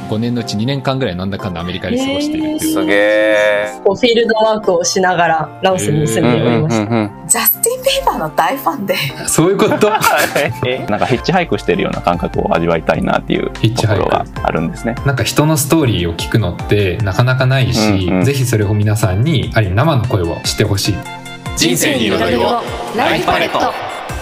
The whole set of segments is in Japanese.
5年のうち2年間ぐらいなんだかんだアメリカで過ごしているっていう。 すげえ。 フィールドワークをしながらラオスに住んでおりました。 ジャスティン・ビーバーの大ファンでそういうことなんかヒッチハイクしてるような感覚を味わいたいなっていうところがあるんですね。 なんか人のストーリーを聞くのってなかなかないし、ぜひそれを皆さんに生の声をしてほしい。 人生に彩りをライフパレット。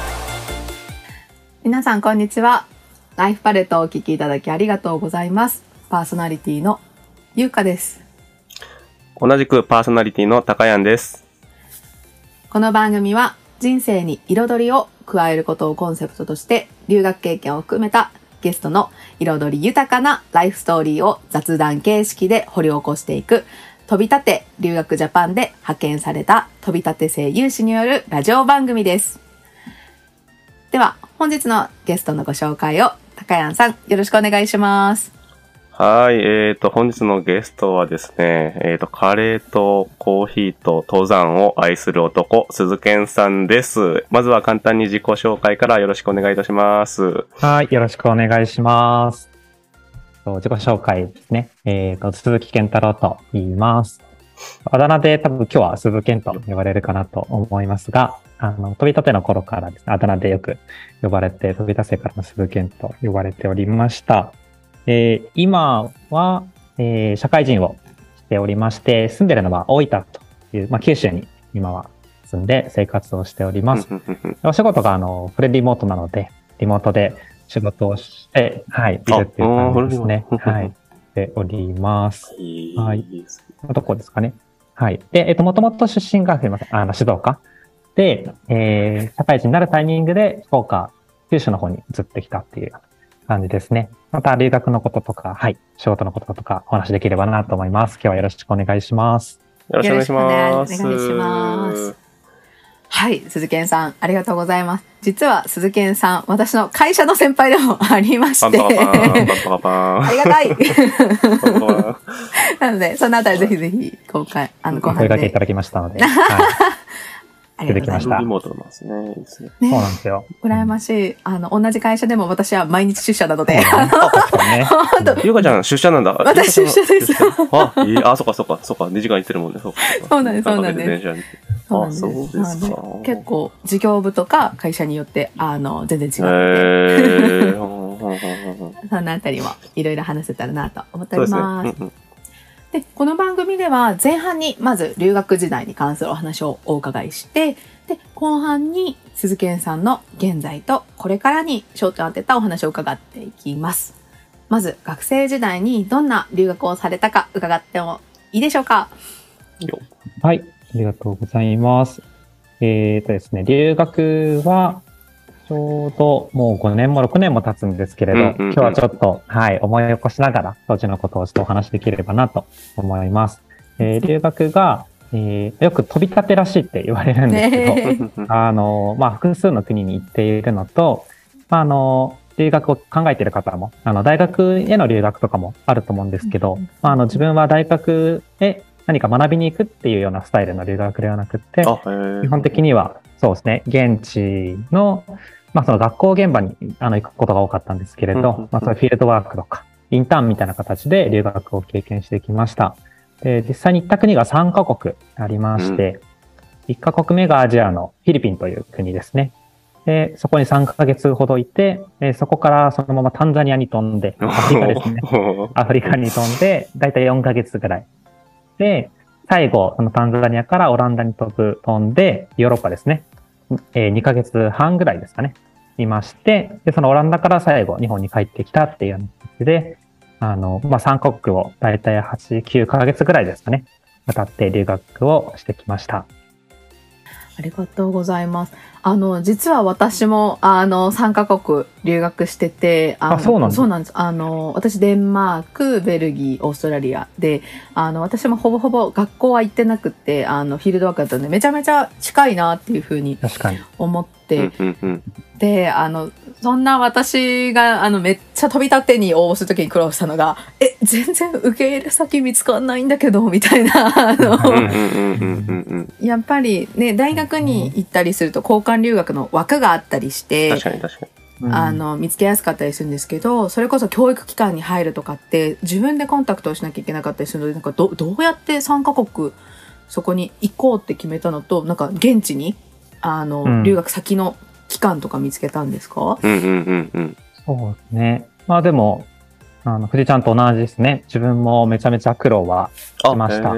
皆さんこんにちは。ライフパレットをお聞きいただきありがとうございます。パーソナリティのゆうかです。 同じくパーソナリティのたかやんです。 この番組は人生に彩りを加えることをコンセプトとして、留学経験を含めたゲストの彩り豊かなライフストーリーを雑談形式で掘り起こしていく、飛び立て留学ジャパンで派遣された飛び立て生有志によるラジオ番組です。では本日のゲストのご紹介をたかやんさんよろしくお願いします。 はい、本日のゲストはですね、カレーとコーヒーと登山を愛する男、鈴賢さんです。まずは簡単に自己紹介からよろしくお願いいたします。 はい、よろしくお願いします。自己紹介ですね。鈴木健太郎と言います。あだ名で多分今日は鈴健と呼ばれるかなと思いますが、飛び立ての頃からですね、あだ名でよく呼ばれて、飛び立てからの鈴健と呼ばれておりました。今は、社会人をしておりまして、住んでるのは大分という、九州に今は住んで生活をしております。お仕事がフルリモートなので、リモートで仕事をして、はい、いるっていう感じですね。はい。しております。はい。どこですかね。はい。で、もともと出身が、静岡で、社会人になるタイミングで、福岡、九州の方に移ってきたっていう感じですね。また留学のこととか、はい、仕事のこととかお話しできればなと思います。今日はよろしくお願いします。 よろしくお願いします。 お願いします。はい、鈴賢さんありがとうございます。実は鈴賢さん、私の会社の先輩でもありまして、ありがたい。なのでそのあたりぜひぜひ後半で声掛けいただきましたので。出てきました。 リモートなんですね。いいですね。 そうなんですよ。 羨ましい。同じ会社でも私は毎日出社なので。 ゆうかちゃん出社なんだ。 私出社です。 そっか。2時間行ってるもんね。 そうなんです。そうなんです。 そうですか。 結構事業部とか会社によって全然違って。そのあたりもいろいろ話せたらなと思っております。で、この番組では前半にまず留学時代に関するお話をお伺いして、で、後半に鈴賢さんの現在とこれからに焦点を当てたお話を伺っていきます。まず学生時代にどんな留学をされたか伺ってもいいでしょうか？ はい、ありがとうございます。ですね、留学はちょうどもう5年も6年も経つんですけれど、今日はちょっと、はい、思い起こしながら当時のことをちょっとお話しできればなと思います。留学が、よく飛び立てらしいって言われるんですけど、複数の国に行っているのと、留学を考えている方も、大学への留学とかもあると思うんですけど、自分は大学へ何か学びに行くっていうようなスタイルの留学ではなくて、基本的にはそうですね、現地のその学校現場に行くことが多かったんですけれど、そういうフィールドワークとか、インターンみたいな形で留学を経験してきました。で、実際に行った国が3カ国ありまして、1カ国目がアジアのフィリピンという国ですね。で、そこに3ヶ月ほどいて、そこからそのままタンザニアに飛んで、アフリカですね。アフリカに飛んで、だいたい4ヶ月ぐらい。で、最後、そのタンザニアからオランダに飛んで、ヨーロッパですね。2ヶ月半ぐらいですかね。いまして、で、そのオランダから最後、日本に帰ってきたっていうような形で、3カ国をだいたい8、9ヶ月ぐらいですかね。渡って留学をしてきました。 ありがとうございます。実は私も、3カ国留学してて、 そうなんです。 そうなんです。私、デンマーク、ベルギー、オーストラリアで、私もほぼほぼ学校は行ってなくて、フィールドワークだったので、めちゃめちゃ近いなっていうふうに思って、で、そんな私が、めっちゃ飛び立てに応募するときに苦労したのが、全然受け入れ先見つかんないんだけど、みたいな、やっぱりね、大学に行ったりすると交換留学の枠があったりして、 確かに。 見つけやすかったりするんですけど、それこそ教育機関に入るとかって自分でコンタクトをしなきゃいけなかったりするので、なんかどうやって3カ国そこに行こうって決めたのと、なんか現地に留学先の機関とか見つけたんですか？ そうですね。まあでも藤ちゃんと同じですね。自分もめちゃめちゃ苦労はしました。はい。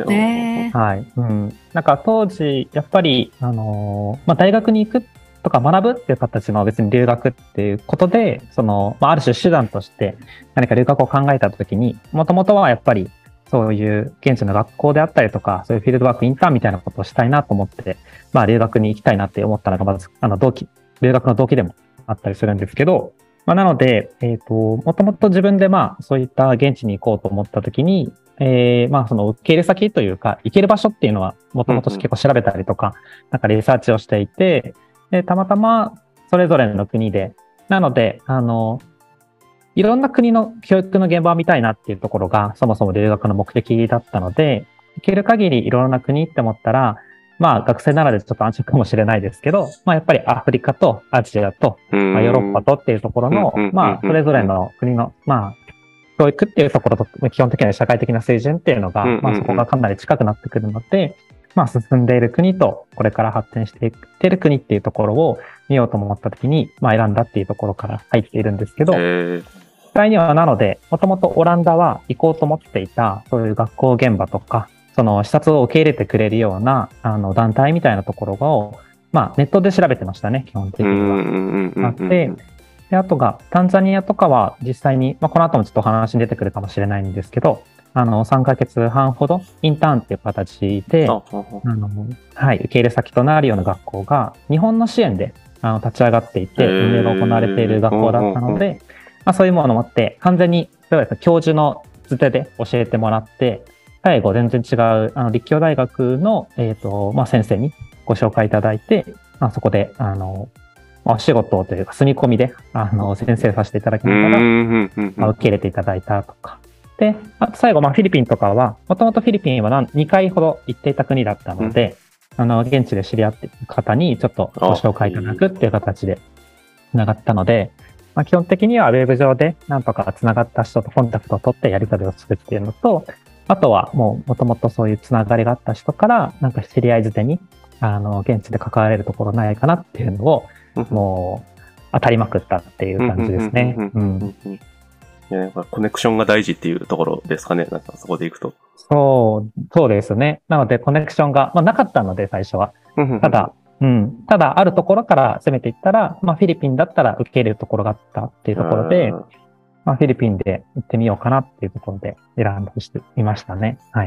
なんか当時やっぱり大学に行くとか学ぶっていう形の別に留学っていうことで、ある種手段として何か留学を考えたときに、もともとはやっぱりそういう現地の学校であったりとか、そういうフィールドワークインターンみたいなことをしたいなと思って、留学に行きたいなって思ったのが、まず、留学の動機でもあったりするんですけど、なので、もともと自分でそういった現地に行こうと思ったときに、その受け入れ先というか、行ける場所っていうのは、もともと結構調べたりとか、なんかリサーチをしていて、たまたまそれぞれの国で、なので、いろんな国の教育の現場を見たいなっていうところが、そもそも留学の目的だったので、行ける限りいろんな国って思ったら、学生ならでちょっと安心かもしれないですけど、やっぱりアフリカとアジアと、ヨーロッパとっていうところの、それぞれの国の、教育っていうところと、基本的な社会的な水準っていうのが、そこがかなり近くなってくるので、進んでいる国と、これから発展していっている国っていうところを見ようと思ったときに、選んだっていうところから入っているんですけど、実際にはなので、もともとオランダは行こうと思っていた、そういう学校現場とか、視察を受け入れてくれるような、団体みたいなところを、ネットで調べてましたね、基本的には。で、あとが、タンザニアとかは実際に、この後もちょっとお話に出てくるかもしれないんですけど、3ヶ月半ほどインターンっていう形で、受け入れ先となるような学校が日本の支援で立ち上がっていて、運営が行われている学校だったので、そういうものもあって、完全に教授の図手で教えてもらって、最後全然違う立教大学の、先生にご紹介いただいて、そこでお仕事というか住み込みで先生させていただきながら、受け入れていただいたとか。で、あと最後、フィリピンとかは、もともとフィリピンは2回ほど行っていた国だったので、現地で知り合っている方にちょっとご紹介いただくっていう形で繋がったので、基本的にはウェブ上でなんとか繋がった人とコンタクトを取ってやり取りをするっていうのと、あとはもともとそういう繋がりがあった人から、なんか知り合いづてに、現地で関われるところないかなっていうのを、もう当たりまくったっていう感じですね。 コネクションが大事っていうところですかね。なんかそこで行くと。 そうですね。なのでコネクションが、なかったので最初は。ただあるところから攻めていったら、フィリピンだったら受け入れるところがあったっていうところで、フィリピンで行ってみようかなっていうところで選んでみましたね。はい。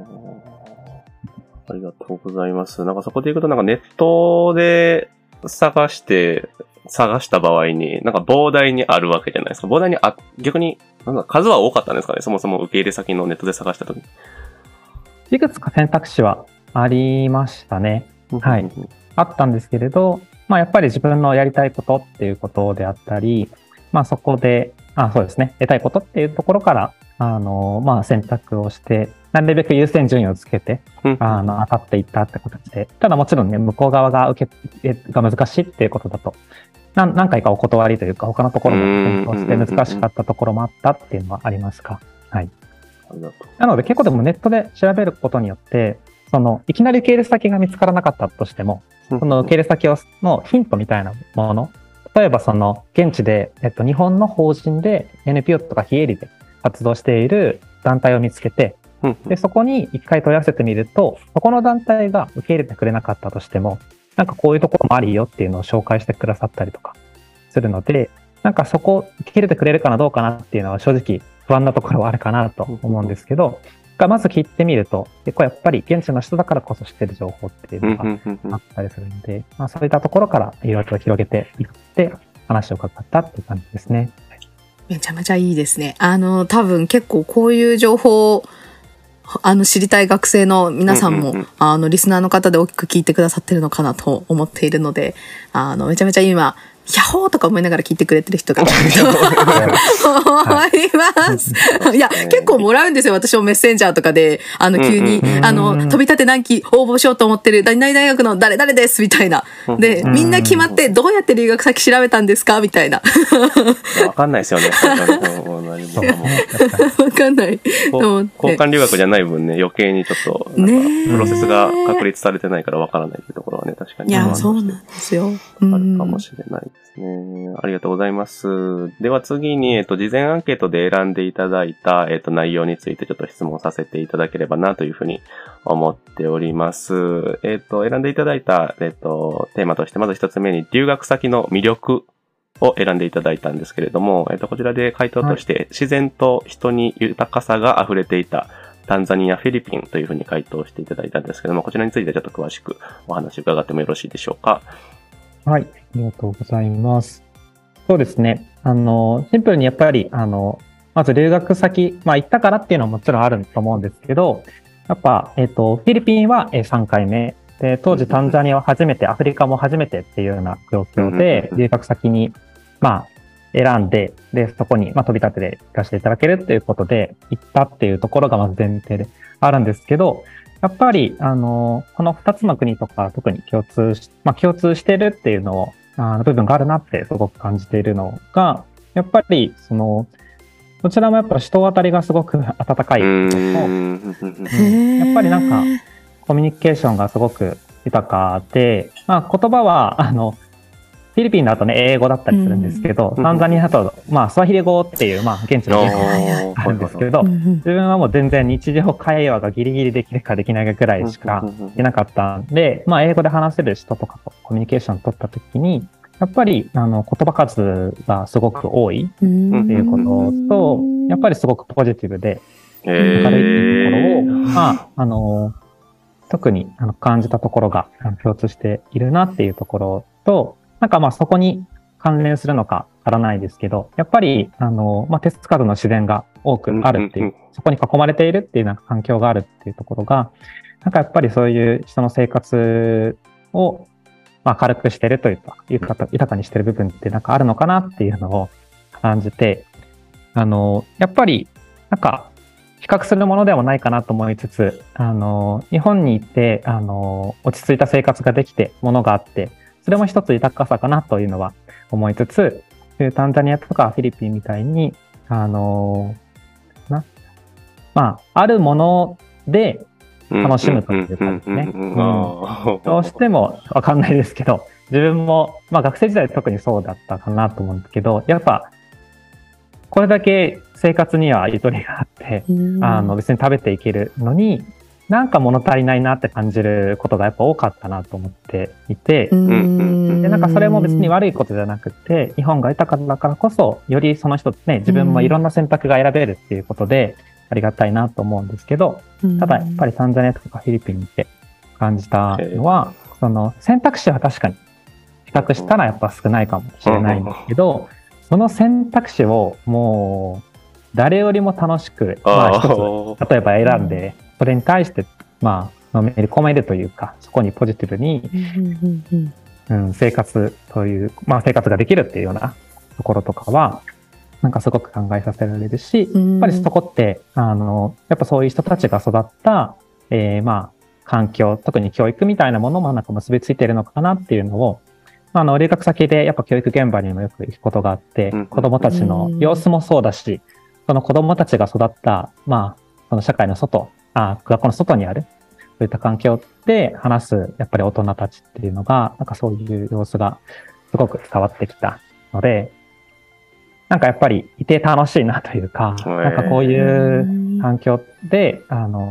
ありがとうございます。なんかそこで行くとなんかネットで探した場合に、なんか膨大にあるわけじゃないですか。膨大に逆に、数は多かったんですかね。そもそも受け入れ先のネットで探したときに。 いくつか選択肢はありましたね。はい。あったんですけれど、やっぱり自分のやりたいことっていうことであったり、そこで、そうですね。得たいことっていうところから、選択をして、なるべく優先順位をつけて、当たっていったって形で。ただもちろんね、向こう側がが難しいっていうことだと、何回かお断りというか、他のところも検討して難しかったところもあったっていうのはありますか。はい。なので結構でもネットで調べることによって、いきなり受け入れ先が見つからなかったとしても、その受け入れ先のヒントみたいなもの、例えば現地で、日本の法人で NPO とか非営利で活動している団体を見つけて、で、そこに一回問い合わせてみると、そこの団体が受け入れてくれなかったとしても、なんかこういうところもありよっていうのを紹介してくださったりとかするので、なんかそこ受け入れてくれるかなどうかなっていうのは正直不安なところはあるかなと思うんですけど、まず聞いてみると、結構やっぱり現地の人だからこそ知ってる情報っていうのがあったりするので、そういったところからいろいろと広げていって話を伺ったっていう感じですね。 めちゃめちゃいいですね。多分結構こういう情報を知りたい学生の皆さんも、リスナーの方で大きく聞いてくださってるのかなと思っているので、めちゃめちゃ今、 ヤッホーとか思いながら聞いてくれてる人が思います。いや、結構もらうんですよ。私もメッセンジャーとかで、急に、飛び立て何期応募しようと思ってる、何々大学の誰々です、みたいな。で、みんな決まって、どうやって留学先調べたんですかみたいな。 わかんないですよね。 わかんないと思って。 交換留学じゃない分ね、余計にちょっと、プロセスが確立されてないからわからないっていうところはね、確かに。 いや、そうなんですよ。 あるかもしれないですね。ありがとうございます。では次に、事前アンケートで選んでいただいた、内容についてちょっと質問させていただければなというふうに思っております。選んでいただいた、テーマとして、まず一つ目に、留学先の魅力を選んでいただいたんですけれども、こちらで回答として、自然と人に豊かさが溢れていた、タンザニア、フィリピンというふうに回答していただいたんですけども、こちらについてちょっと詳しくお話伺ってもよろしいでしょうか。 はい、ありがとうございます。そうですね。シンプルにやっぱり、まず留学先、行ったからっていうのはもちろんあると思うんですけど、やっぱ、フィリピンは3回目。で、当時タンザニアは初めて、アフリカも初めてっていうような状況で、留学先に、選んで、で、そこに、飛び立てで行かせていただけるっていうことで、行ったっていうところがまず前提であるんですけど、やっぱり、この2つの国とか特に共通してるっていうのを、部分があるなってすごく感じているのが、やっぱり、どちらもやっぱ人当たりがすごく温かいのと、やっぱりなんか、コミュニケーションがすごく豊かで、言葉は、フィリピンだとね、英語だったりするんですけど、タンザニアだと、スワヒリ語っていう、現地の言語があるんですけど、自分はもう全然日常会話がギリギリできるかできないくらいしかいなかったんで、英語で話せる人とかとコミュニケーションを取ったときに、やっぱり、言葉数がすごく多いっていうことと、やっぱりすごくポジティブで、明るいっていうところを、特に感じたところが共通しているなっていうところと、そこに関連するのかわからないですけど、やっぱり、手つかずの自然が多くあるっていう、そこに囲まれているっていう環境があるっていうところが、やっぱりそういう人の生活を、軽くしてるというか、豊かにしてる部分ってあるのかなっていうのを感じて、やっぱり、比較するものではないかなと思いつつ、日本に行って、落ち着いた生活ができて、ものがあって、それも一つ豊かさかなというのは思いつつ、タンザニアとかフィリピンみたいに、あるもので楽しむというかですね。どうしてもわかんないですけど、自分も、学生時代特にそうだったかなと思うんですけど、やっぱ、これだけ生活にはゆとりがあって、別に食べていけるのに、物足りないなって感じることがやっぱ多かったなと思っていて、でそれも別に悪いことじゃなくて、日本が豊かだからこそ、よりその人ね、自分もいろんな選択が選べるっていうことで、ありがたいなと思うんですけど、ただやっぱりタンザニアとかフィリピンって感じたのは、その選択肢は確かに比較したらやっぱ少ないかもしれないんですけど、その選択肢をもう誰よりも楽しく、一つ例えば選んで、それに対してのめり込めるというか、そこにポジティブに、生活という、生活ができるっていうようなところとかは、すごく考えさせられるし、やっぱりそこって、やっぱそういう人たちが育った、環境、特に教育みたいなものも結びついているのかなっていうのを、留学先でやっぱ教育現場にもよく行くことがあって、子供たちの様子もそうだし、その子供たちが育った、その社会の外、学校の外にある、そういった環境で話す、やっぱり大人たちっていうのが、そういう様子がすごく伝わってきたので、やっぱりいて楽しいなというか、こういう環境で、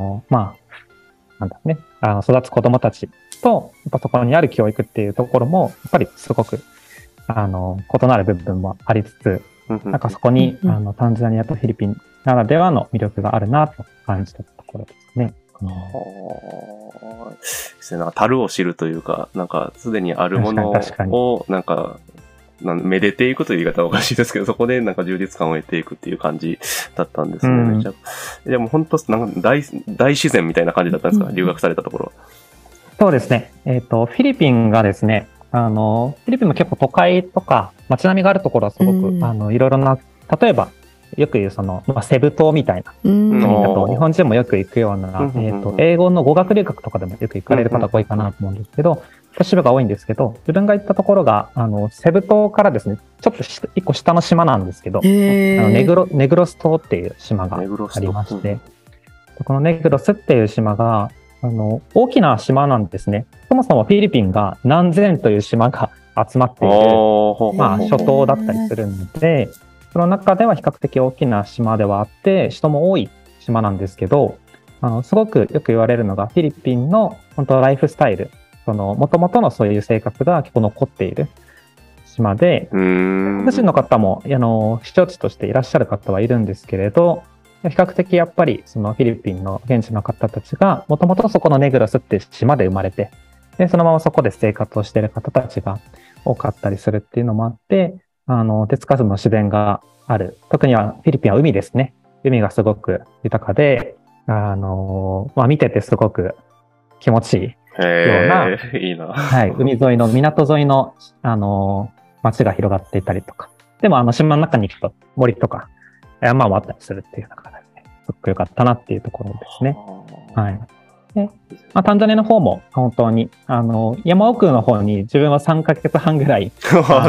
育つ子供たちと、やっぱそこにある教育っていうところも、やっぱりすごく、異なる部分もありつつ、そこに、タンザニアとフィリピンならではの魅力があるなと感じたところですね。 樽を知るというか、すでにあるものを、めでていくという言い方はおかしいですけど、そこで充実感を得ていくっていう感じだったんですね。でも本当、大自然みたいな感じだったんですか、留学されたところ。 そうですね。フィリピンがですね、 フィリピンも結構都会とか街並みがあるところはすごく、いろいろな、例えば、よく言うセブ島みたいな国だと、日本人もよく行くような、英語の語学留学とかでもよく行かれる方が多いかなと思うんですけど、都市部が多いんですけど、自分が行ったところが、セブ島からですね、ちょっと一個下の島なんですけど、ネグロス島っていう島がありまして、このネグロスっていう島が、大きな島なんですね。そもそもフィリピンが南禅という島が集まっている、諸島だったりするので、その中では比較的大きな島ではあって、人も多い島なんですけど、すごくよく言われるのが、フィリピンの本当ライフスタイル、もともとのそういう生活が結構残っている島で、個人の方も、視聴地としていらっしゃる方はいるんですけれど、比較的やっぱりそのフィリピンの現地の方たちが、もともとそこのネグロスって島で生まれて、で、そのままそこで生活をしている方たちが多かったりするっていうのもあって、手つかずの自然がある。特にはフィリピンは海ですね。海がすごく豊かで、見ててすごく気持ちいいような、 いいな。 はい、海沿いの、港沿いの、街が広がっていたりとか。でも島の中に行くと森とか山もあったりするっていう中ですね。すごく良かったなっていうところですね。はい。で、タンザニアの方も本当に、山奥の方に自分は3ヶ月半ぐらい、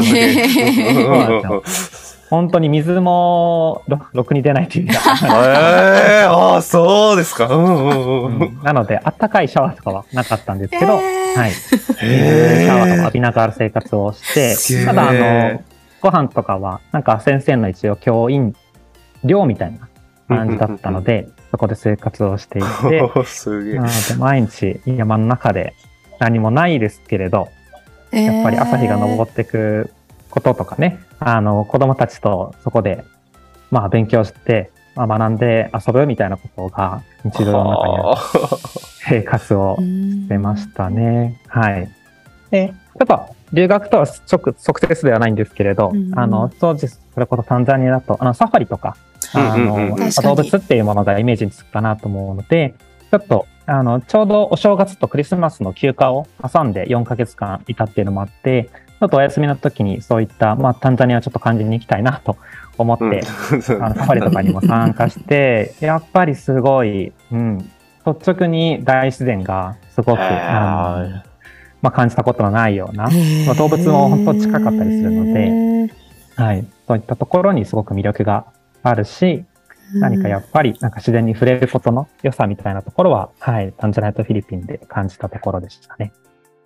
本当に水もろくに出ないというか。 そうですか。 なので、あったかいシャワーとかはなかったんですけど、はい。シャワーを浴びながら生活をして、ただ、ご飯とかは、なんか先生の一応教員寮みたいな感じだったので、そこで生活をしていて、 すげえ。 なので毎日山の中で何もないですけれど、やっぱり朝日が昇ってくこととかね、子供たちとそこで、勉強して、学んで遊ぶみたいなことが日常の中にある生活をしてましたね。はい。で、やっぱ留学とは直接ではないんですけれど、当時、それこそタンザニアだと、サファリとか、動物っていうものがイメージにつくかなと思うので、ちょっと、ちょうどお正月とクリスマスの休暇を挟んで4ヶ月間いたっていうのもあって、ちょっとお休みの時にそういった、タンザニアをちょっと感じに行きたいなと思って、サファリとかにも参加して、やっぱりすごい、率直に大自然がすごく、感じたことのないような、動物も本当近かったりするので、はい、そういったところにすごく魅力があるし、何かやっぱりなんか自然に触れることの良さみたいなところは、はい、タンザニアとフィリピンで感じたところでしたね。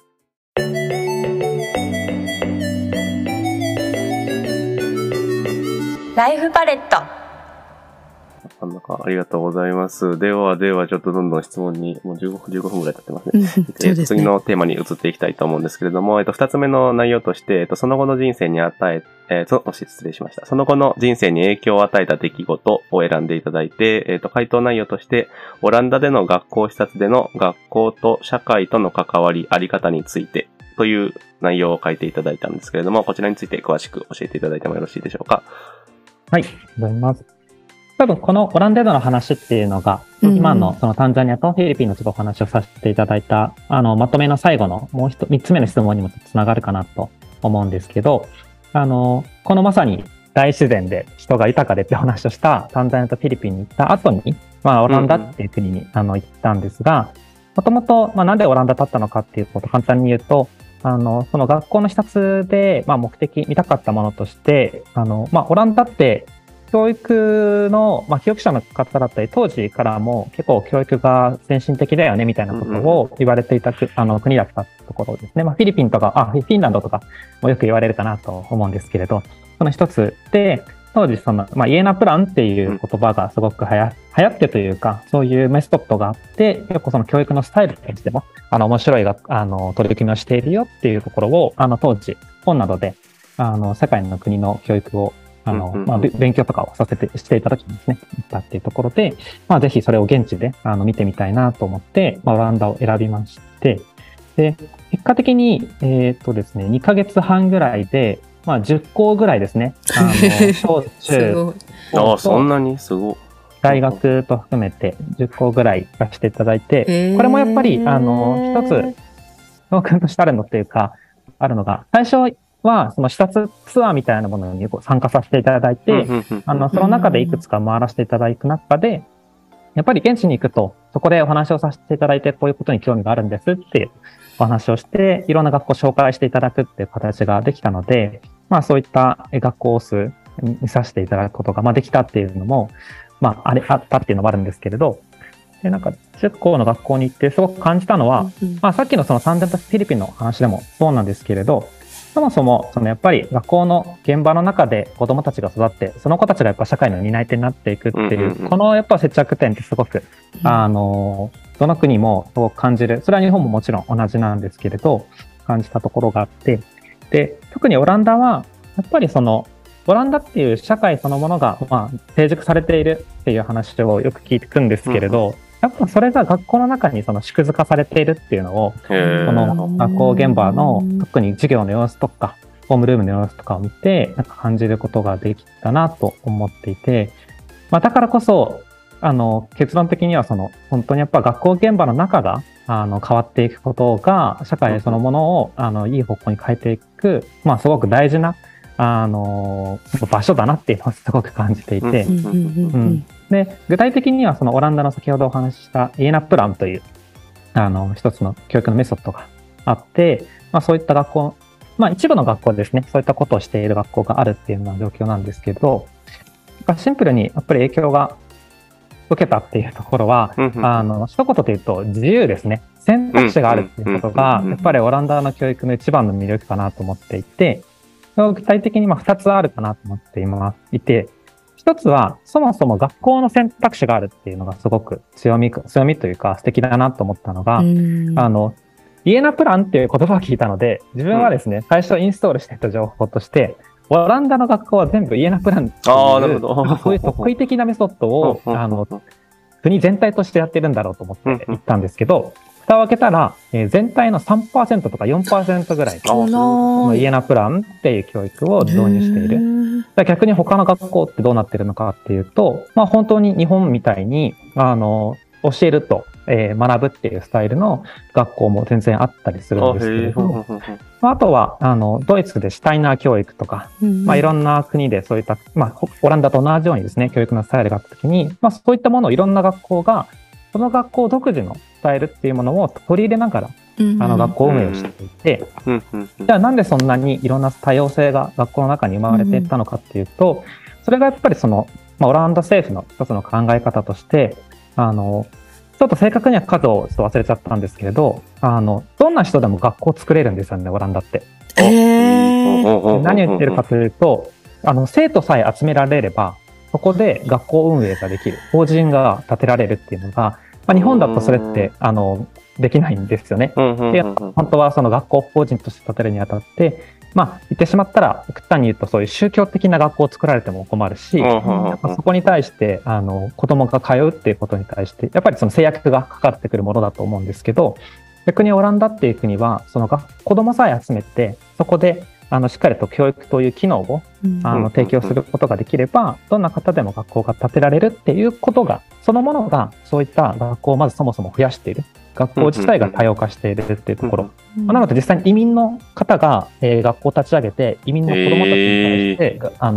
ライフパレット。 なんかありがとうございます。では、ちょっとどんどん質問に、もう15分ぐらい経ってますね。次のテーマに移っていきたいと思うんですけれども、2つ目の内容として、その後の人生に失礼しました。その後の人生に影響を与えた出来事を選んでいただいて、回答内容として、オランダでの学校視察での学校と社会との関わり、あり方についてという内容を書いていただいたんですけれども、こちらについて詳しく教えていただいてもよろしいでしょうか。 はい、ありがとうございます。多分このオランダでの話っていうのが、今のそのタンザニアとフィリピンのちょっとお話をさせていただいた、まとめの最後のもう3つ目の質問にもつながるかなと思うんですけど、このまさに大自然で人が豊かでってお話をしたタンザニアとフィリピンに行った後に、オランダっていう国に行ったんですが、もともとなんでオランダだったのかっていうことを簡単に言うと、その学校の視察で、目的、見たかったものとして、オランダって、教育の、教育者の方だったり、当時からも結構教育が先進的だよね、みたいなことを言われていた国だったところですね。フィリピンとか、フィンランドとかもよく言われるかなと思うんですけれど、その一つで、当時イエナプランっていう言葉がすごく流行ってというか、そういうメソッドがあって、結構その教育のスタイルとしても、面白い取り組みをしているよっていうところを、当時、本などで、世界の国の教育を、勉強とかをしていた時にですね、行ったっていうところで、ぜひそれを現地で、見てみたいなと思って、オランダを選びまして、で、結果的に、ですね、2ヶ月半ぐらいで、10校ぐらいですね。小中そんなにすごい。 大学と含めて10校ぐらい行かせていただいて、これもやっぱり、一つ、教訓としてあるのっていうか、 あるのが、最初はその視察ツアーみたいなものに参加させていただいて、その中でいくつか回らせていただく中で、やっぱり現地に行くと、そこでお話をさせていただいて、こういうことに興味があるんですっていうお話をして、いろんな学校を紹介していただくっていう形ができたので、まあそういった学校数見させていただくことができたっていうのも、まああったっていうのもあるんですけれど、でなんか中高の学校に行ってすごく感じたのは、まあさっきのそのサンデーフィリピンの話でもそうなんですけれど、そもそもやっぱり学校の現場の中で子どもたちが育って、その子たちがやっぱ社会の担い手になっていくっていう、このやっぱ接着点ってすごく、どの国もすごく感じる。それは日本ももちろん同じなんですけれど、感じたところがあって、で、特にオランダは、やっぱりオランダっていう社会そのものが、成熟されているっていう話をよく聞くんですけれど、やっぱそれが学校の中に縮図化されているっていうのを、この学校現場の特に授業の様子とか、ホームルームの様子とかを見て、なんか感じることができたなと思っていて、だからこそ、結論的には本当にやっぱ学校現場の中が、変わっていくことが、社会そのものを、いい方向に変えていく、すごく大事な、場所だなっていうのをすごく感じていて、で、具体的にはオランダの先ほどお話ししたイエナプランという、一つの教育のメソッドがあって、そういった学校、一部の学校ですね、そういったことをしている学校があるっていうような状況なんですけど、シンプルにやっぱり影響が受けたっていうところは、一言で言うと自由ですね。選択肢があるっていうことが、やっぱりオランダの教育の一番の魅力かなと思っていて、具体的に2つあるかなと思っていて、一つはそもそも学校の選択肢があるっていうのがすごく強みというか素敵だなと思ったのが、イエナプランっていう言葉を聞いたので、自分はですね、最初インストールしていた情報として、オランダの学校は全部イエナプランっていう、そういう特異的なメソッドを、国全体としてやってるんだろうと思って行ったんですけど、蓋を開けたら、全体の 3% とか 4% ぐらいのイエナプランっていう教育を導入している。逆に他の学校ってどうなってるのかっていうと、本当に日本みたいに、教えると、学ぶっていうスタイルの学校も全然あったりするんですけれど、あとは、ドイツでシュタイナー教育とか、いろんな国でそういった、オランダと同じようにですね、教育のスタイルがあったときに、そういったものをいろんな学校が、その学校独自のスタイルっていうものを取り入れながら、学校運営をしていて、じゃあなんでそんなにいろんな多様性が学校の中に生まれていったのかっていうと、それがやっぱりオランダ政府の一つの考え方として、ちょっと正確には数をちょっと忘れちゃったんですけれど、どんな人でも学校を作れるんですよね、オランダって。何を言ってるかというと、生徒さえ集められれば、そこで学校運営ができる、法人が建てられるっていうのが、日本だとそれって、できないんですよね。で、本当はその学校法人として建てるにあたって、言ってしまったら、極端に言うとそういう宗教的な学校を作られても困るし、そこに対して、子供が通うっていうことに対して、やっぱりその制約がかかってくるものだと思うんですけど、逆にオランダっていう国は、子供さえ集めて、そこで、しっかりと教育という機能を、提供することができれば、どんな方でも学校が建てられるっていうことが、そのものが、そういった学校をまずそもそも増やしている。学校自体が多様化しているっていうところ。なので実際に移民の方が、学校を立ち上げて、移民の子供たちに対して、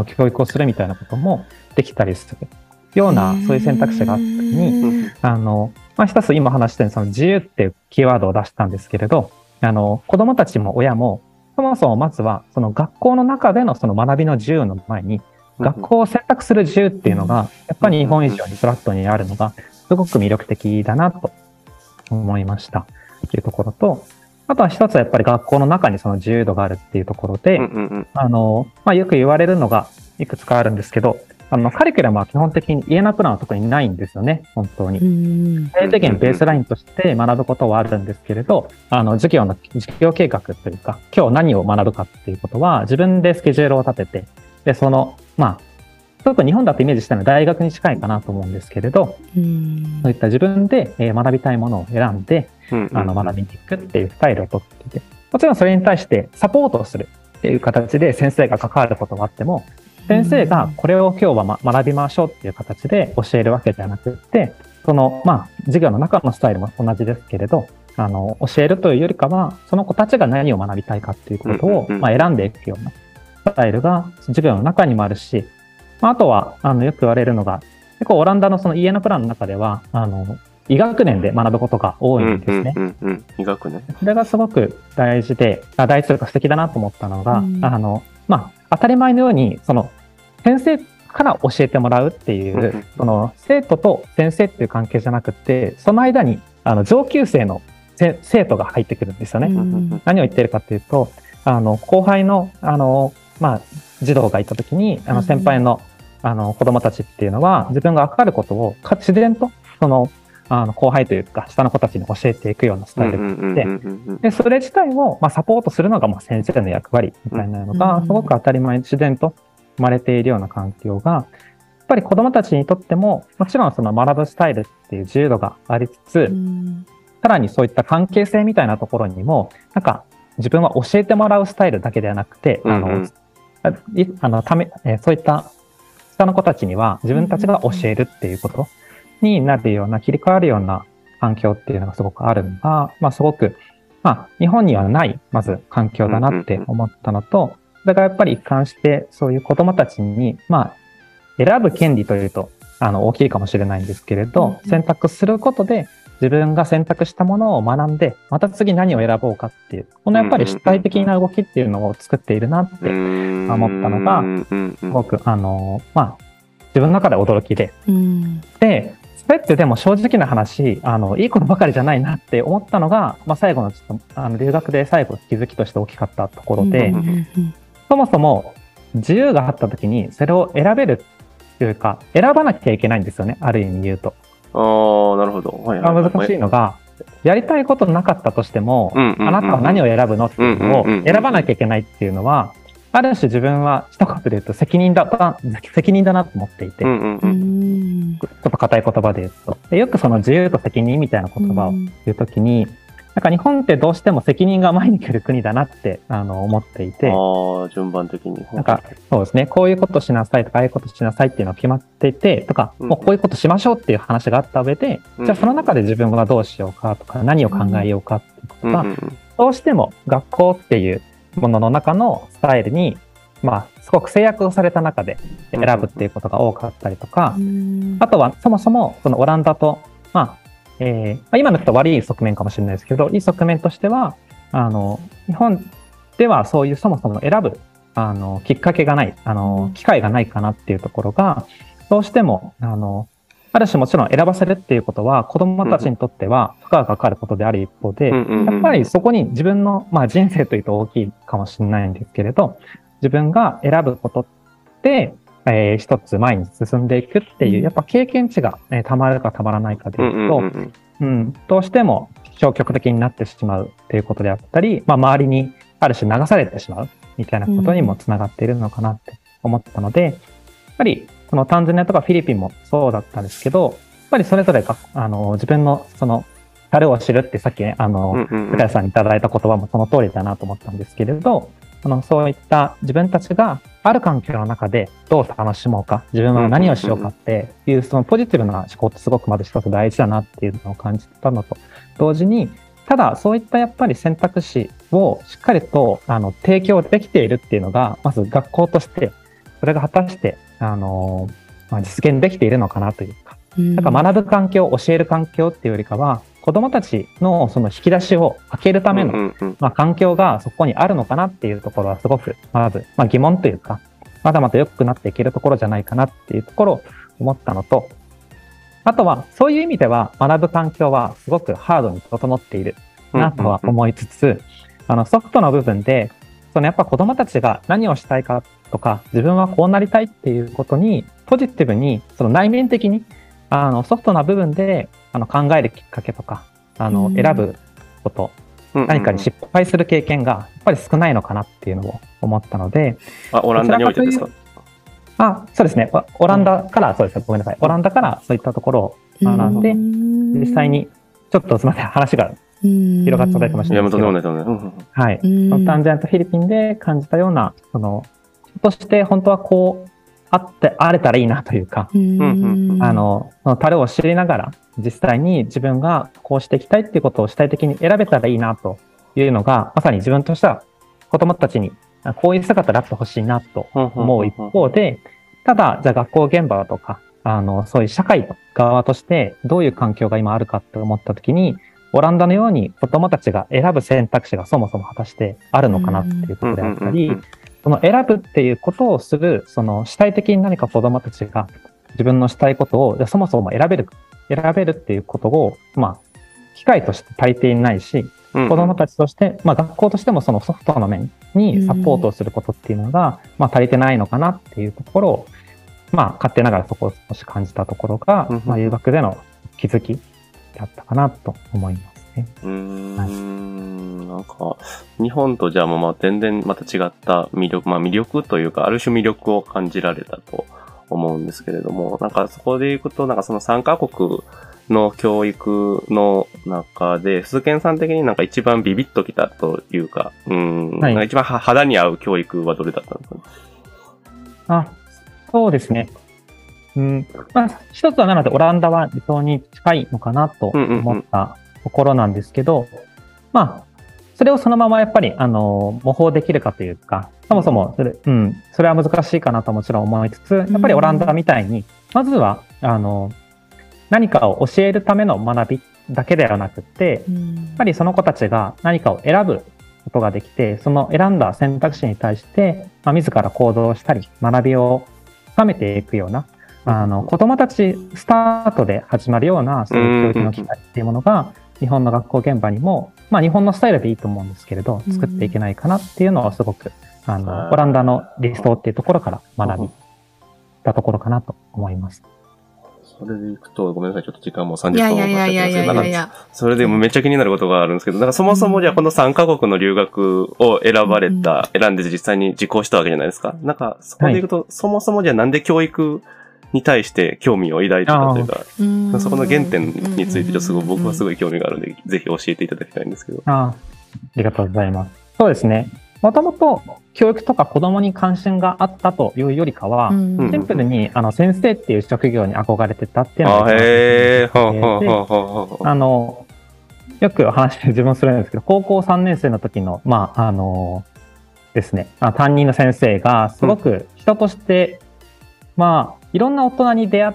教育をするみたいなこともできたりするような、そういう選択肢があった時に、一つ今話したように、自由っていうキーワードを出したんですけれど、子供たちも親も、そもそもまずは、学校の中での学びの自由の前に、学校を選択する自由っていうのが、やっぱり日本以上にフラットにあるのが、すごく魅力的だなと思いました。っていうところと、あとは一つはやっぱり学校の中にその自由度があるっていうところで、よく言われるのがいくつかあるんですけど、カリキュラムは基本的にイエナプランは特にないんですよね、本当に。最低限ベースラインとして学ぶことはあるんですけれど、授業計画というか、今日何を学ぶかっていうことは、自分でスケジュールを立てて、で、ちょっと日本だとイメージしたのは大学に近いかなと思うんですけれど、そういった自分で学びたいものを選んで、学びに行くっていうスタイルをとっていて、もちろんそれに対してサポートをするっていう形で先生が関わることがあっても、先生がこれを今日は学びましょうっていう形で教えるわけじゃなくって、授業の中のスタイルも同じですけれど、 教えるというよりかは、その子たちが何を学びたいかっていうことを、選んでいくようなスタイルが授業の中にもあるし、あとは、よく言われるのが、結構オランダのその家のプランの中では、医学年で学ぶことが多いんですね。 医学年。 それがすごく大事で、大事というか素敵だなと思ったのが、当たり前のように、その、先生から教えてもらうっていう、その、生徒と先生っていう関係じゃなくて、その間に、上級生の生徒が入ってくるんですよね。何を言ってるかっていうと、後輩の、児童がいたときに、先輩の、子供たちっていうのは、自分が分かることを自然と、その、後輩というか、下の子たちに教えていくようなスタイルで、で、それ自体を、サポートするのが、先生の役割みたいなのが、すごく当たり前に自然と生まれているような環境が、やっぱり子供たちにとっても、もちろんその学ぶスタイルっていう自由度がありつつ、さらにそういった関係性みたいなところにも、なんか、自分は教えてもらうスタイルだけではなくて、そういった下の子たちには自分たちが教えるっていうことになるような、切り替わるような環境っていうのがすごくあるのが、すごく、日本にはない、まず環境だなって思ったのと、それがやっぱり一貫して、そういう子供たちに、選ぶ権利というと、大きいかもしれないんですけれど、選択することで、自分が選択したものを学んで、また次何を選ぼうかっていう、このやっぱり主体的な動きっていうのを作っているなって思ったのが、すごく、自分の中で驚きで。で、それってでも正直な話、いいことばかりじゃないなって思ったのが、最後のちょっと、留学で最後気づきとして大きかったところで、そもそも自由があった時にそれを選べるというか、選ばなきゃいけないんですよね、ある意味言うと。 なるほど。 難しいのが、やりたいことなかったとしても、あなたは何を選ぶのっていうのを選ばなきゃいけないっていうのは、ある種自分は一言で言うと責任だなと思っていて、ちょっと硬い言葉で言うと。でよくその自由と責任みたいな言葉を言うときに、なんか日本ってどうしても責任が前に来る国だなって思っていて。 順番的に。 なんかそうですね、こういうことしなさいとか、ああいうことしなさいっていうのが決まっていて、とか、もうこういうことしましょうっていう話があった上で、じゃあその中で自分はどうしようかとか、何を考えようかっていうことが、どうしても学校っていうものの中のスタイルに、すごく制約をされた中で選ぶっていうことが多かったりとか、あとはそもそもそのオランダと、今の人は悪い側面かもしれないですけど、いい側面としては、日本ではそういうそもそも選ぶ、きっかけがない、機会がないかなっていうところが、どうしても、ある種もちろん選ばせるっていうことは子供たちにとっては負荷がかかることである一方で、やっぱりそこに自分の、人生というと大きいかもしれないんですけれど、自分が選ぶことで、一つ前に進んでいくっていう、やっぱ経験値が、たまるかたまらないかでいうと、どうしても消極的になってしまうっていうことであったり、周りにある種流されてしまうみたいなことにもつながっているのかなって思ったので、やっぱりこのタンザニアとかフィリピンもそうだったんですけど、やっぱりそれぞれが、自分のその、樽を知るってさっきね、福田さんにいただいた言葉もその通りだなと思ったんですけれど、そういった自分たちがある環境の中でどう楽しもうか、自分は何をしようかっていう、そのポジティブな思考ってすごくまず一つ大事だなっていうのを感じたのと同時に、ただそういったやっぱり選択肢をしっかりと提供できているっていうのが、まず学校としてそれが果たして実現できているのかなというか、なんか学ぶ環境、教える環境っていうよりかは、子供たちのその引き出しを開けるための、環境がそこにあるのかなっていうところはすごく、まず、疑問というか、まだまだ良くなっていけるところじゃないかなっていうところを思ったのと、あとは、そういう意味では学ぶ環境はすごくハードに整っているなとは思いつつ、ソフトの部分で、やっぱ子供たちが何をしたいかとか、自分はこうなりたいっていうことに、ポジティブに、内面的に、ソフトな部分で、考えるきっかけとか、選ぶこと、何かに失敗する経験が、やっぱり少ないのかなっていうのを思ったので。 オランダにおいてですか？ そうですね。オランダから、そうです。ごめんなさい。オランダからそういったところを学んで、実際に、ちょっとすみません、話が広がっちゃったかもしれないですけど。はい。タンザニアとフィリピンで感じたような、として本当はこうあれたらいいなというか、その樽を知りながら、実際に自分がこうしていきたいっていうことを主体的に選べたらいいなというのが、まさに自分としては子供たちにこういう姿であってほしいなと思う一方で、ただ、じゃあ学校現場とか、そういう社会側としてどういう環境が今あるかって思ったときに、オランダのように子供たちが選ぶ選択肢がそもそも果たしてあるのかなっていうことであったり、その選ぶっていうことをする、その主体的に何か子供たちが自分のしたいことをそもそも選べるっていうことを、まあ、機会として足りていないし、子供たちとして、まあ学校としてもそのソフトの面にサポートをすることっていうのが、まあ足りてないのかなっていうところを、まあ勝手ながらそこを少し感じたところが、まあ留学での気づきだったかなと思いますね。 なんか、日本とじゃあまあ全然また違った魅力、まあ魅力というか、ある種魅力を感じられたと思うんですけれども、なんかそこでいくと、なんかその3カ国の教育の中で、鈴賢さん的になんか一番ビビッときたというか、なんか一番肌に合う教育はどれだったんですかね。 そうですね。まあ、一つはなので、オランダは理想に近いのかなと思ったところなんですけど、まあ、それをそのままやっぱり、模倣できるかというか、そもそもそれは難しいかなともちろん思いつつ、やっぱりオランダみたいに、まずは、何かを教えるための学びだけではなくて、やっぱりその子たちが何かを選ぶことができて、その選んだ選択肢に対して、まあ、自ら行動したり、学びを深めていくような、子供たちスタートで始まるような、そういう教育の機会っていうものが、日本の学校現場にも、まあ日本のスタイルでいいと思うんですけれど、作っていけないかなっていうのはすごく、オランダの理想っていうところから学びたところかなと思います。 それでいくと、ごめんなさい、ちょっと時間も30分も経ってますけど、それでもめっちゃ気になることがあるんですけど、なんかそもそもじゃあこの3カ国の留学を選んで実際に受講したわけじゃないですか。なんかそこでいくと、そもそもじゃあなんで教育に対して興味を抱いてたというか、そこの原点について僕はすごい興味があるので、ぜひ教えていただきたいんですけど。 ありがとうございます。そうですね。もともと教育とか子供に関心があったというよりかは、シンプルに先生っていう職業に憧れてたっていうのがよく話自分するんですけど、高校3年生の時の、まあ、ですね、担任の先生がすごく人として、まあ、いろんな大人に出会って、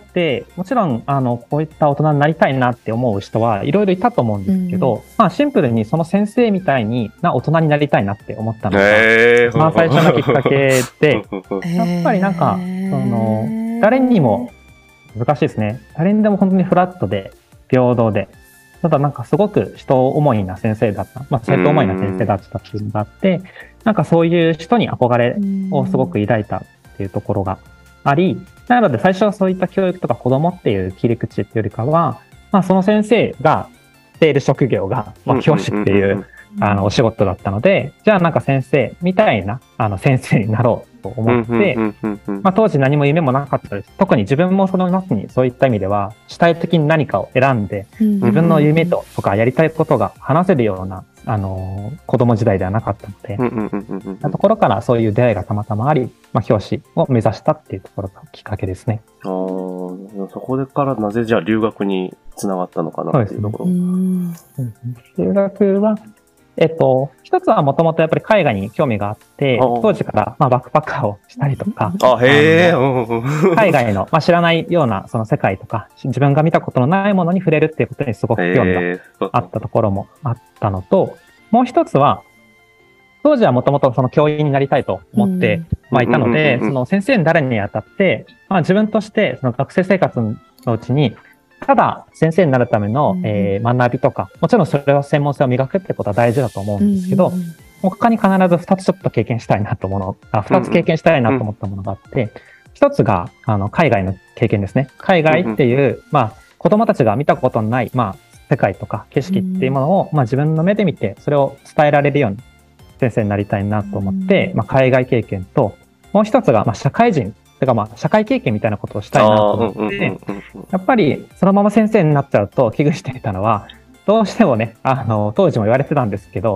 もちろん、こういった大人になりたいなって思う人はいろいろいたと思うんですけど、まあ、シンプルにその先生みたいな大人になりたいなって思ったのが、まあ、最初のきっかけで、やっぱりなんか、誰にも、難しいですね。誰にでも本当にフラットで、平等で、ただなんかすごく人思いな先生だった。まあ、生徒思いな先生だったっていうのがあって、なんかそういう人に憧れをすごく抱いたっていうところがあり、なので最初はそういった教育とか子供っていう切り口っていうよりかは、まあその先生がしている職業が、まあ教師っていうお仕事だったので、じゃあなんか先生みたいな先生になろうと思って、まあ当時何も夢もなかったです。特に自分もその夏にそういった意味では主体的に何かを選んで、自分の夢とかやりたいことが話せるような子供時代ではなかったので、ところからそういう出会いがたまたまあり、まあ、教師を目指したっていうところがきっかけですね。 そこからなぜじゃあ留学につながったのかなっていうところ。 留学は、一つはもともとやっぱり海外に興味があって、当時からまあバックパッカーをしたりとか、海外の、まあ、知らないようなその世界とか、自分が見たことのないものに触れるっていうことにすごく興味があったところもあったのと、もう一つは、当時はもともとその教員になりたいと思っていたので、その先生に誰にあたって、まあ自分としてその学生生活のうちに、ただ先生になるための、学びとか、もちろんそれは専門性を磨くってことは大事だと思うんですけど、他に必ず2つちょっと経験したいなと思う2つ経験したいなと思ったものがあって、1つが海外の経験ですね。海外っていう、まあ子供たちが見たことのない、まあ世界とか景色っていうものを、まあ自分の目で見て、それを伝えられるように先生になりたいなと思って、まあ海外経験と、もう一つが、まあ社会人、てかまあ社会経験みたいなことをしたいなと思って、やっぱりそのまま先生になっちゃうと危惧していたのは、どうしてもね、当時も言われてたんですけど、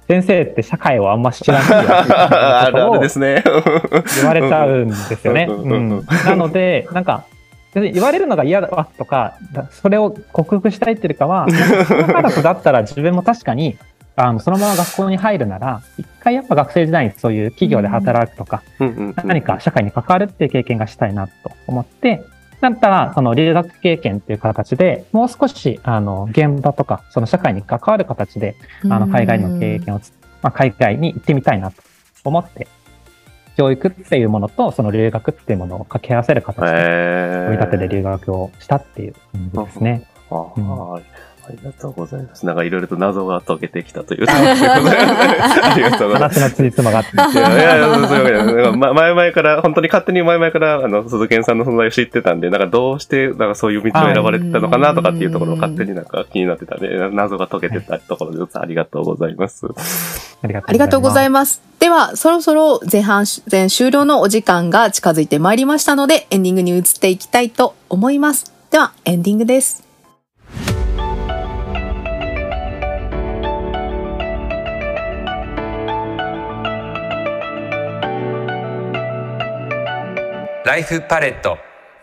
先生って社会をあんま知らないよっていうことをあるあるですね。 言われちゃうんですよね。なので、なんか、言われるのが嫌だとか、それを克服したいっていうかは、その科学だったら自分も確かに、そのまま学校に入るなら、一回やっぱ学生時代にそういう企業で働くとか、何か社会に関わるっていう経験がしたいなと思って、だったら、その留学経験っていう形で、もう少し、現場とか、その社会に関わる形で、海外の経験を、海外に行ってみたいなと思って、教育っていうものと、その留学っていうものを掛け合わせる形で、組み立てで留学をしたっていう感じですね。 ありがとうございます。なんかいろいろと謎が解けてきたというところでございます。ありがとうございます。 話のつじつまがあって。 いや、そういうわけで、前々から、本当に勝手に前々から、鈴賢さんの存在を知ってたんで、なんかどうして、なんかそういう道を選ばれてたのかなとかっていうところを勝手になんか気になってたんで、謎が解けてたところで、ありがとうございます。 ありがとうございます。では、そろそろ前終了のお時間が近づいてまいりましたので、エンディングに移っていきたいと思います。では、エンディングです。 ライフパレット。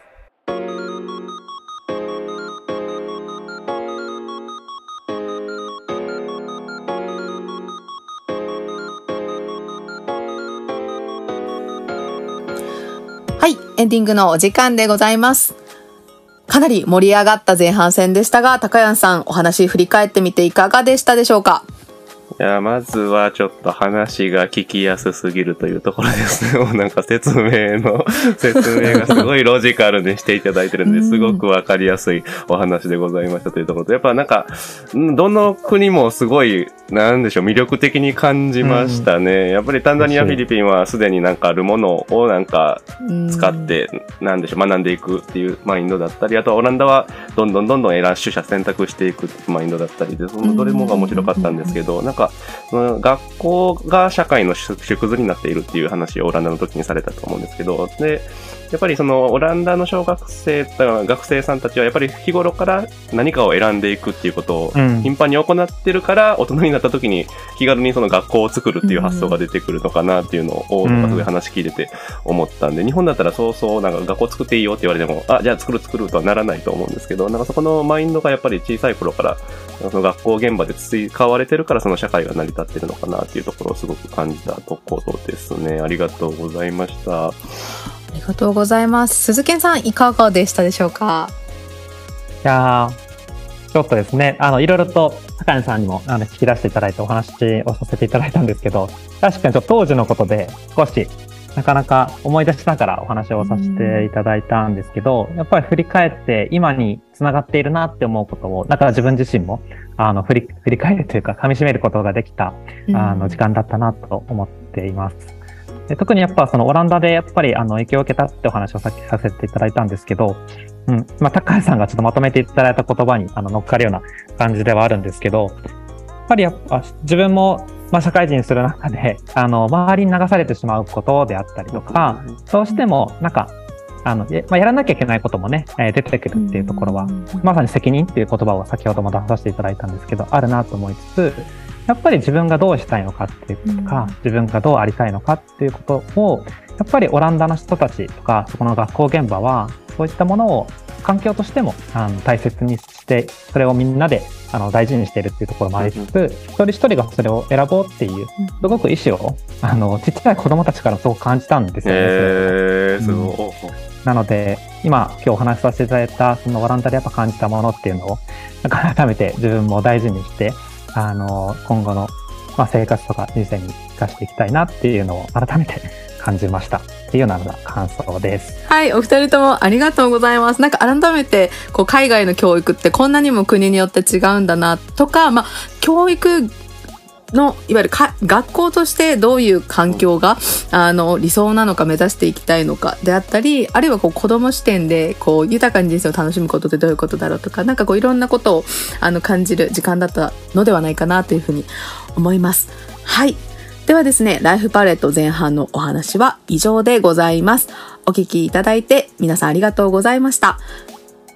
はい、エンディングのお時間でございます。かなり盛り上がった前半戦でしたが、高谷さん、お話振り返ってみていかがでしたでしょうか？ いや、まずはちょっと話が聞きやすすぎるというところですね。もうなんか説明がすごいロジカルにしていただいてるんで、すごくわかりやすいお話でございましたというところと、やっぱなんか、どの国もすごい、なんでしょう、魅力的に感じましたね。やっぱりタンザニア、フィリピンはすでになんかあるものをなんか使って、なんでしょう、学んでいくっていうマインドだったり、あとはオランダはどんどん取捨選択していくマインドだったりで、そのどれもが面白かったんですけど、なんか、学校が社会の縮図になっているっていう話をオランダの時にされたと思うんですけど、で、やっぱりそのオランダの小学生、学生さんたちはやっぱり日頃から何かを選んでいくっていうことを頻繁に行ってるから、大人になった時に気軽にその学校を作るっていう発想が出てくるのかなっていうのを、なんかすごい話聞いてて思ったんで、日本だったらそうなんか学校作っていいよって言われても、じゃあ作るとはならないと思うんですけど、なんかそこのマインドがやっぱり小さい頃からその学校現場で使われてるからその社会が成り立ってるのかなっていうところをすごく感じたところですね。ありがとうございました。 ありがとうございます。鈴賢さん、いかがでしたでしょうか？ いやー、ちょっとですね、いろいろと高谷さんにも聞き出していただいてお話をさせていただいたんですけど、確かに当時のことで少しなかなか思い出しながらお話をさせていただいたんですけど、やっぱり振り返って今につながっているなって思うことを、だから自分自身も振り返るというか噛み締めることができた時間だったなと思っています。で、特にやっぱそのオランダでやっぱり影響を受けたってお話をさっきさせていただいたんですけど、高橋さんがちょっとまとめていただいた言葉に乗っかるような感じではあるんですけど、やっぱ自分も社会人する中で周りに流されてしまうことであったりとか、どうしてもなんかやらなきゃいけないこともね、出てくるっていうところは、まさに責任っていう言葉を先ほども出させていただいたんですけど、あるなと思いつつ、やっぱり自分がどうしたいのかっていうことか、自分がどうありたいのかっていうことを、やっぱりオランダの人たちとか、そこの学校現場は、そういったものを環境としても大切にして、それをみんなで大事にしているっていうところもありつつ、一人一人がそれを選ぼうっていう、すごく意思をちっちゃい子供たちからそう感じたんですよね。 すごい。 なので、今日お話しさせていただいた、そのオランダでやっぱ感じたものっていうのを、改めて自分も大事にして、今後の、生活とか人生に生かしていきたいなっていうのを改めて感じましたっていうような感想です。 はい、お二人ともありがとうございます。なんか改めて海外の教育ってこんなにも国によって違うんだなとか、教育のいわゆる学校としてどういう環境が理想なのか、目指していきたいのかであったり、あるいは子供視点で豊かに人生を楽しむことってどういうことだろうとか、なんかいろんなことを感じる時間だったのではないかなというふうに思います。はい、ではですね、ライフパレット前半のお話は以上でございます。お聞きいただいて皆さんありがとうございました。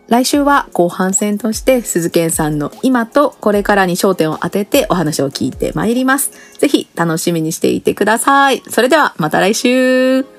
来週は後半戦として鈴賢さんの今とこれからに焦点を当ててお話を聞いてまいります。ぜひ楽しみにしていてください。それではまた来週。